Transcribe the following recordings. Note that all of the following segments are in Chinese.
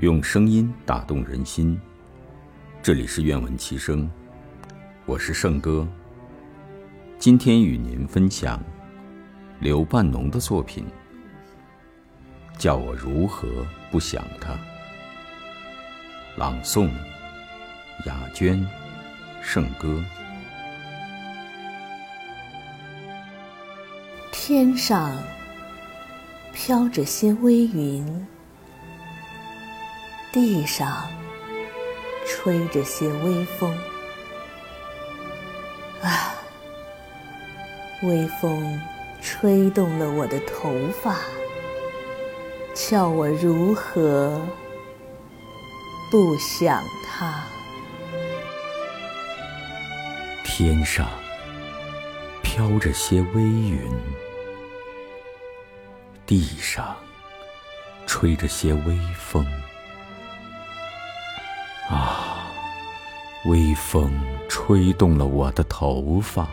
用声音打动人心。这里是愿闻其声，我是圣哥。今天与您分享刘半农的作品《叫我如何不想他》，朗诵雅娟、圣哥。 天上飘着些微云，地上吹着些微风。啊，微风吹动了我的头发，叫我如何不想他。 天上飘着些微云，地上吹着些微风。啊，微风吹动了我的头发，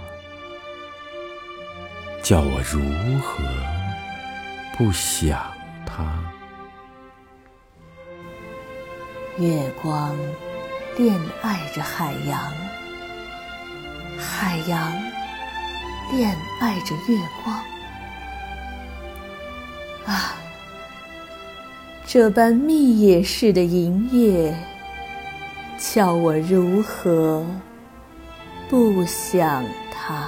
叫我如何不想他。 月光恋爱着海洋，海洋恋爱着月光。啊，这般密野似的银叶，叫我如何不想他。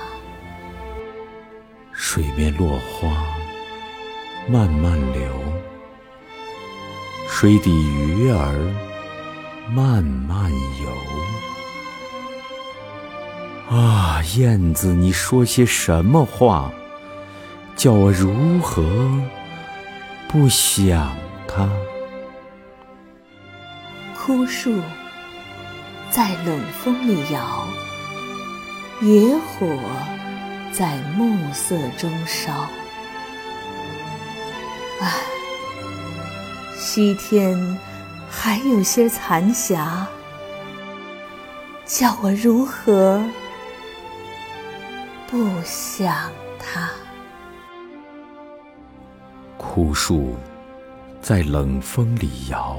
水面落花慢慢流，水底鱼儿慢慢游。啊，燕子，你说些什么话，叫我如何不想他。 枯树在冷风里摇，野火在暮色中烧。唉，西天还有些残霞，叫我如何不想他。 枯树在冷风里摇，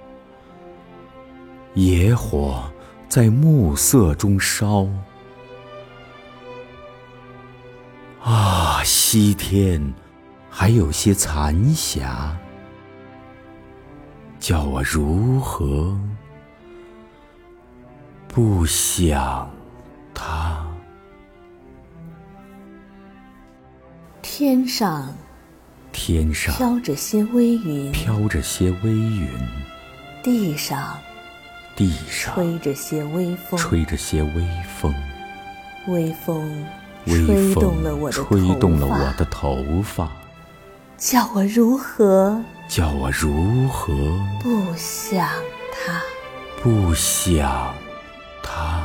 野火在暮色中烧。啊，西天还有些残霞，叫我如何不想他。 天上飘着些微云，地上吹着些微风。微风吹动了我的头发，叫我如何不想他。